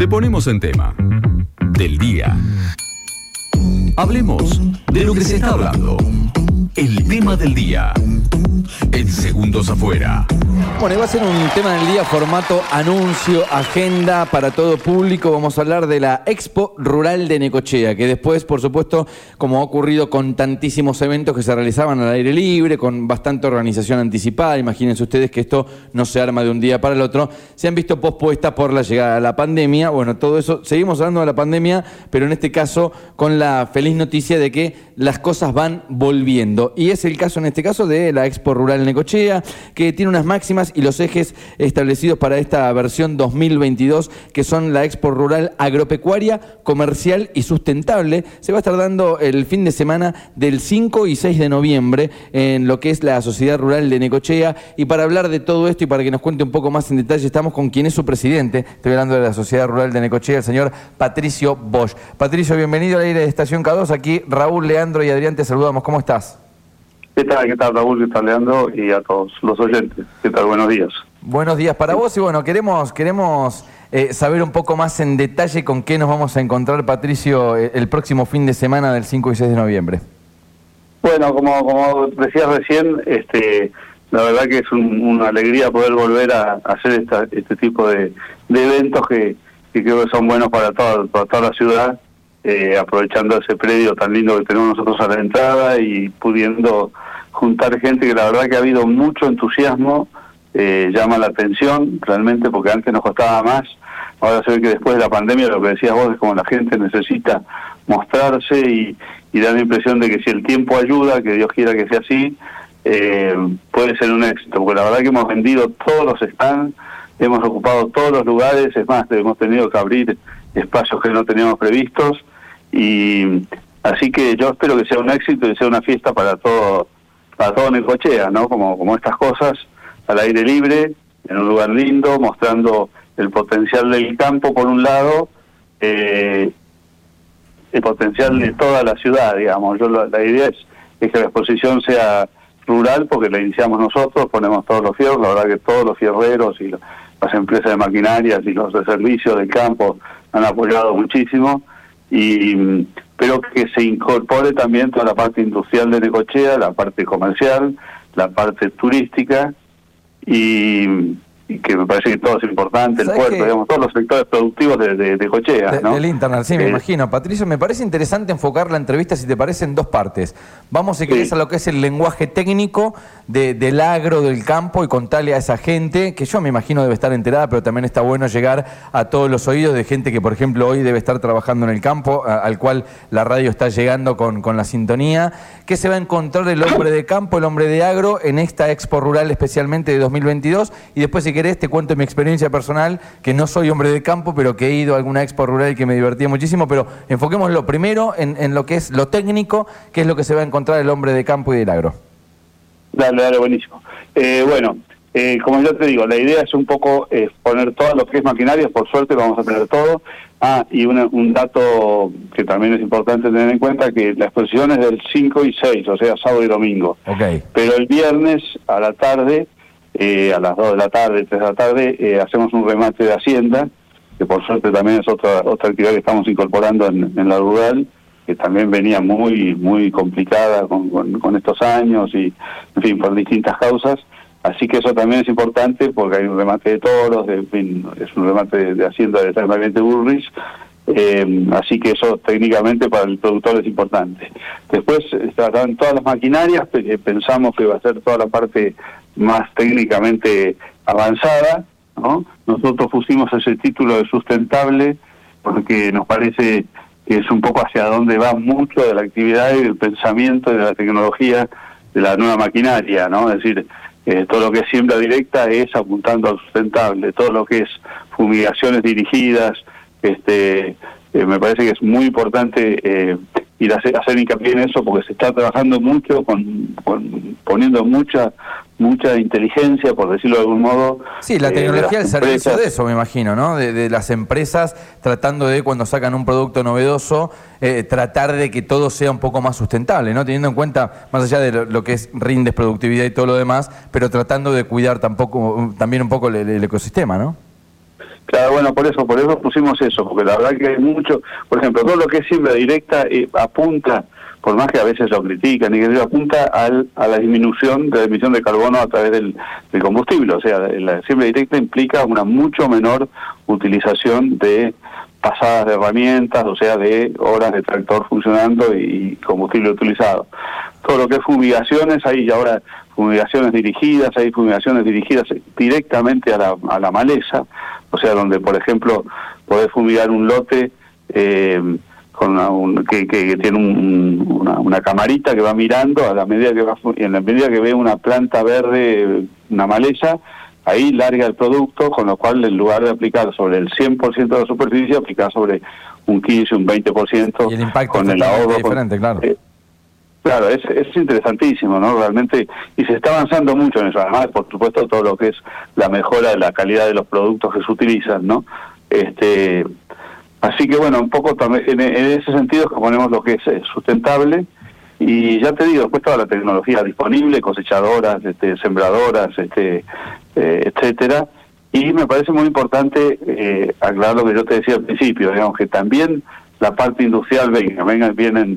Te ponemos en tema del día. Hablemos de lo que se está hablando. El tema del día. En Segundos Afuera. Bueno, y va a ser un tema del día, formato anuncio, agenda para todo público. Vamos a hablar de la Expo Rural de Necochea, que después, por supuesto, como ha ocurrido con tantísimos eventos que se realizaban al aire libre, con bastante organización anticipada, imagínense ustedes que esto no se arma de un día para el otro, se han visto pospuestas por la llegada de la pandemia. Bueno, todo eso, seguimos hablando de la pandemia, pero en este caso con la feliz noticia de que las cosas van volviendo. Y es el caso, en este caso, de la Expo Rural de Necochea, que tiene unas máximas y los ejes establecidos para esta versión 2022, que son la Expo Rural Agropecuaria, Comercial y Sustentable. Se va a estar dando el fin de semana del 5 y 6 de noviembre en lo que es la Sociedad Rural de Necochea. Y para hablar de todo esto y para que nos cuente un poco más en detalle, estamos con quien es su presidente. Estoy hablando de la Sociedad Rural de Necochea, el señor Patricio Bosch. Patricio, bienvenido al aire de Estación K2. Aquí Raúl, Leandro y Adrián te saludamos. ¿Cómo estás? ¿Qué tal Raúl? ¿Qué tal Leandro? Y a todos los oyentes. ¿Qué tal? Buenos días. Buenos días para vos y bueno, queremos saber un poco más en detalle con qué nos vamos a encontrar, Patricio, el próximo fin de semana del 5 y 6 de noviembre. Bueno, como decías recién, la verdad que es una alegría poder volver a hacer este tipo de eventos que creo que son buenos para toda la ciudad, aprovechando ese predio tan lindo que tenemos nosotros a la entrada y pudiendo juntar gente que la verdad que ha habido mucho entusiasmo, llama la atención realmente porque antes nos costaba más. Ahora se ve que después de la pandemia, lo que decías vos, es como la gente necesita mostrarse y da la impresión de que si el tiempo ayuda, que Dios quiera que sea así, puede ser un éxito, porque la verdad que hemos vendido todos los stands, hemos ocupado todos los lugares, es más, hemos tenido que abrir espacios que no teníamos previstos, y así que yo espero que sea un éxito y sea una fiesta para todo Necochea, ¿no? Como estas cosas, al aire libre, en un lugar lindo, mostrando el potencial del campo por un lado, el potencial de toda la ciudad, digamos. La idea es que la exposición sea rural porque la iniciamos nosotros, ponemos todos los fierros, la verdad que todos los fierreros y las empresas de maquinarias y los de servicios del campo han apoyado muchísimo, pero que se incorpore también toda la parte industrial de Necochea, la parte comercial, la parte turística, y que me parece que todo es importante, el puerto, digamos, todos los sectores productivos de Necochea, ¿no? Del Internet, sí, me imagino. Patricio, me parece interesante enfocar la entrevista, si te parece, en dos partes. Vamos, si querés, a lo que es el lenguaje técnico del agro, del campo, y contarle a esa gente, que yo me imagino debe estar enterada, pero también está bueno llegar a todos los oídos de gente que, por ejemplo, hoy debe estar trabajando en el campo, al cual la radio está llegando con la sintonía. ¿Qué se va a encontrar el hombre de campo, el hombre de agro, en esta Expo Rural especialmente de 2022? Y después, si querés, te cuento mi experiencia personal, que no soy hombre de campo, pero que he ido a alguna Expo Rural y que me divertía muchísimo. Pero enfoquémoslo primero en lo que es lo técnico, que es lo que se va a encontrar el hombre de campo y del agro. Dale, buenísimo. Como yo te digo, la idea es un poco poner todo lo que es maquinaria, por suerte vamos a tener todo. Y un dato que también es importante tener en cuenta, que la exposición es del 5 y 6, o sea, sábado y domingo. Okay. Pero el viernes a la tarde, a las 2 de la tarde, 3 de la tarde, hacemos un remate de Hacienda, que por suerte también es otra actividad que estamos incorporando en la rural, que también venía muy complicada con estos años y, en fin, por distintas causas. Así que eso también es importante porque hay un remate de toros, en fin, es un remate de Hacienda de San Martín de Burris, así que eso técnicamente para el productor es importante. Después estarán todas las maquinarias, pensamos que va a ser toda la parte más técnicamente avanzada, ¿no? Nosotros pusimos ese título de sustentable porque nos parece que es un poco hacia donde va mucho de la actividad y del pensamiento y de la tecnología de la nueva maquinaria, ¿no? Es decir, todo lo que es siembra directa es apuntando al sustentable, todo lo que es fumigaciones dirigidas, me parece que es muy importante ir a hacer hincapié en eso porque se está trabajando mucho poniendo mucha inteligencia, por decirlo de algún modo. Sí, la tecnología al servicio de eso, me imagino, ¿no? De las empresas tratando de, cuando sacan un producto novedoso, tratar de que todo sea un poco más sustentable, ¿no? Teniendo en cuenta, más allá de lo que es rindes, productividad y todo lo demás, pero tratando de cuidar también un poco el ecosistema, ¿no? Claro, bueno, por eso pusimos eso, porque la verdad que hay mucho, por ejemplo, todo lo que es siembra directa apunta, por más que a veces lo critican, apunta a la disminución de la emisión de carbono a través del combustible. O sea, la siembra directa implica una mucho menor utilización de pasadas de herramientas, o sea, de horas de tractor funcionando y combustible utilizado. Todo lo que es fumigaciones, hay ahora fumigaciones dirigidas directamente a la maleza, o sea, donde, por ejemplo, podés fumigar un lote con que tiene una camarita que va mirando a la medida que y en la medida que ve una planta verde, una maleza, ahí larga el producto, con lo cual en lugar de aplicar sobre el 100% de la superficie, aplicar sobre un 15, un 20%. Y el impacto con el ahorro diferente, claro. Claro, es interesantísimo, ¿no? Realmente, y se está avanzando mucho en eso. Además, por supuesto, todo lo que es la mejora de la calidad de los productos que se utilizan, ¿no? Así que, bueno, un poco también en ese sentido que ponemos lo que es sustentable. Y ya te digo, después toda la tecnología disponible, cosechadoras, sembradoras, etcétera. Y me parece muy importante aclarar lo que yo te decía al principio, digamos que también la parte industrial vienen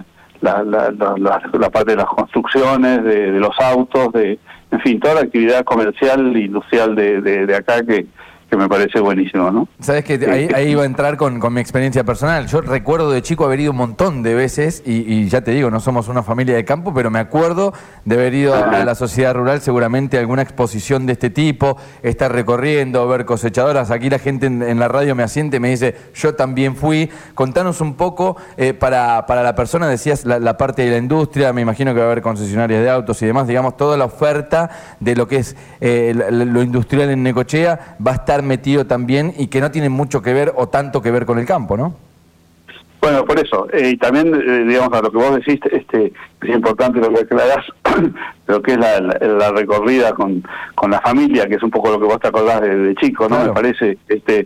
la parte de las construcciones, de los autos, en fin, toda la actividad comercial e industrial de acá que me parece buenísimo, ¿no? Sabes que ahí iba a entrar con mi experiencia personal. Yo recuerdo de chico haber ido un montón de veces y ya te digo, no somos una familia de campo, pero me acuerdo de haber ido a la sociedad rural, seguramente a alguna exposición de este tipo, estar recorriendo, ver cosechadoras. Aquí la gente en la radio me asiente y me dice, yo también fui. Contanos un poco, para la persona, decías la parte de la industria, me imagino que va a haber concesionarias de autos y demás, digamos, toda la oferta de lo que es lo industrial en Necochea va a estar metido también y que no tiene mucho que ver o tanto que ver con el campo, ¿no? Bueno, por eso, y también, digamos, a lo que vos decís, es importante lo que aclarás, lo que es la recorrida con la familia, que es un poco lo que vos te acordás de chico, ¿no? Claro. Me parece,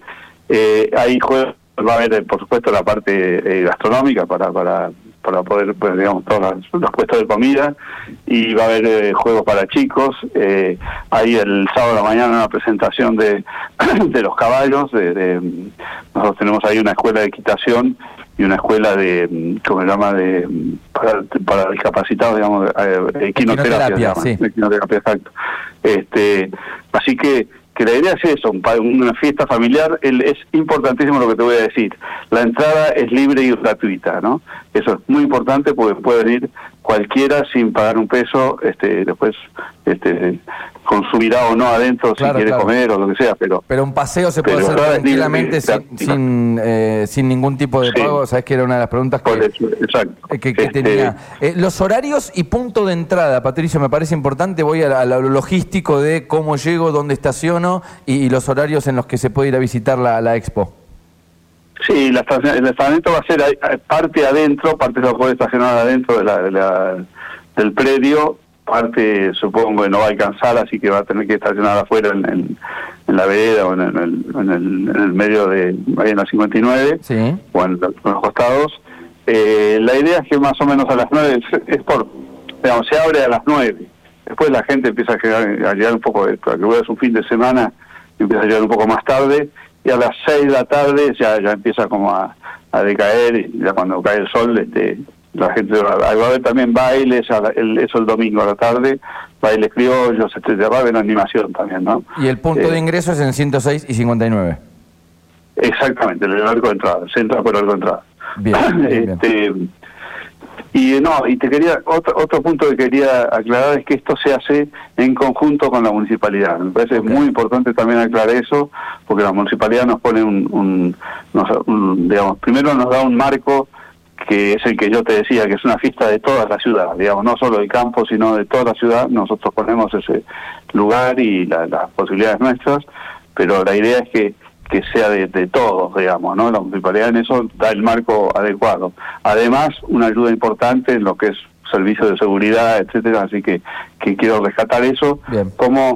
hay juegos, va a haber, por supuesto, la parte gastronómica para poder, pues, digamos, todos los puestos de comida, y va a haber juegos para chicos. Hay el sábado a la mañana una presentación de los caballos. Nosotros tenemos ahí una escuela de equitación y una escuela ¿cómo se llama? Para discapacitados, digamos, equinoterapia, sí. Equinoterapia, exacto. Así que la idea es eso, una fiesta familiar. Es importantísimo lo que te voy a decir. La entrada es libre y gratuita, ¿no? Eso es muy importante porque puede venir cualquiera sin pagar un peso. Después consumirá o no adentro, claro, si quiere comer o lo que sea, pero un paseo se puede hacer tranquilamente sin ningún tipo de pago. Sabes que era una de las preguntas que tenía. Los horarios y punto de entrada, Patricio, me parece importante. Voy a lo logístico de cómo llego, dónde estaciono y los horarios en los que se puede ir a visitar la expo. Sí, el estacionamiento va a ser parte adentro, parte se va a poder estacionar adentro del predio, parte supongo que no va a alcanzar, así que va a tener que estacionar afuera en la vereda o en el medio de ahí en la 59, sí, o en los costados. La idea es que más o menos a las 9, digamos, se abre a las 9, después la gente empieza a llegar un poco, para que es un fin de semana, empieza a llegar un poco más tarde, y a las 6 de la tarde ya empieza como a decaer, y ya cuando cae el sol, la gente va a haber también bailes, eso el domingo a la tarde, bailes criollos, va a haber animación también, ¿no? Y el punto de ingreso es en 106 y 59. Exactamente, el arco de entrada, se entra por el arco de entrada. Bien. Y te quería, otro punto que quería aclarar es que esto se hace en conjunto con la municipalidad. Me parece muy importante también aclarar eso, porque la municipalidad nos pone digamos, primero nos da un marco que es el que yo te decía, que es una fiesta de toda la ciudad, digamos, no solo del campo, sino de toda la ciudad. Nosotros ponemos ese lugar y las posibilidades nuestras, pero la idea es que sea de todos, digamos, ¿no? La municipalidad en eso da el marco adecuado. Además, una ayuda importante en lo que es servicios de seguridad, etcétera, así que quiero rescatar eso. Bien. Como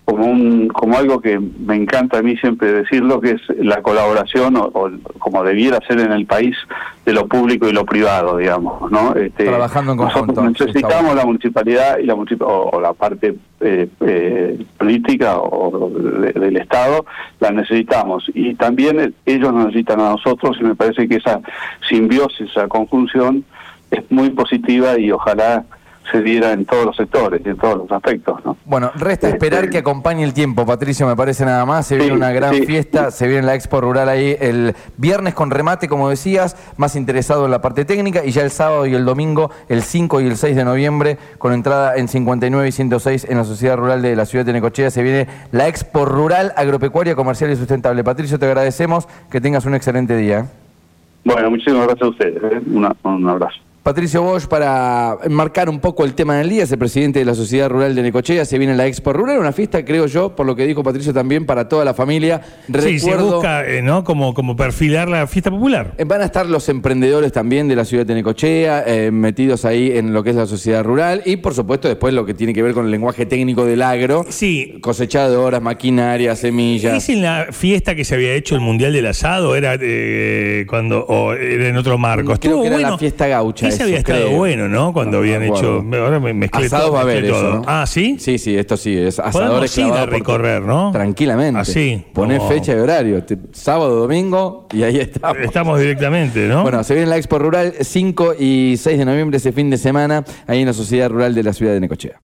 como algo que me encanta a mí siempre decirlo, que es la colaboración, o como debiera ser en el país, de lo público y lo privado, digamos, ¿no? Trabajando en conjunto. Nosotros necesitamos la municipalidad y o la parte política o del Estado, la necesitamos. Y también ellos nos necesitan a nosotros, y me parece que esa simbiosis, esa conjunción es muy positiva y ojalá se diera en todos los sectores y en todos los aspectos, ¿no? Bueno, resta esperar que acompañe el tiempo, Patricio, me parece nada más. Se viene una gran fiesta, se viene la Expo Rural ahí el viernes con remate, como decías, más interesado en la parte técnica, y ya el sábado y el domingo, el 5 y el 6 de noviembre, con entrada en 59 y 106 en la Sociedad Rural de la ciudad de Necochea, se viene la Expo Rural Agropecuaria, Comercial y Sustentable. Patricio, te agradecemos, que tengas un excelente día. Bueno, muchísimas gracias a ustedes, un abrazo. Patricio Bosch, para enmarcar un poco el tema del día, es el presidente de la Sociedad Rural de Necochea. Se viene la Expo Rural, una fiesta, creo yo, por lo que dijo Patricio también, para toda la familia. Sí, se busca, ¿no? Como perfilar la fiesta popular. Van a estar los emprendedores también de la ciudad de Necochea, metidos ahí en lo que es la Sociedad Rural, y por supuesto después lo que tiene que ver con el lenguaje técnico del agro. Sí. Cosechadoras, maquinaria, semillas. ¿Es en la fiesta que se había hecho el Mundial del Asado? ¿Era o era en otro marco? Creo que era la fiesta gaucha. Ese había estado bueno, ¿no? Cuando habían hecho... Ahora me mezclé asados todo. Va a haber todo. eso, ¿no? Ah, ¿sí? Sí, esto sí, es Podemos asadores ir a clavados recorrer, ¿no? Tranquilamente. Así. Ponés fecha y horario, sábado, domingo, y ahí estamos. Estamos directamente, ¿no? Bueno, se viene la Expo Rural 5 y 6 de noviembre, ese fin de semana, ahí en la Sociedad Rural de la ciudad de Necochea.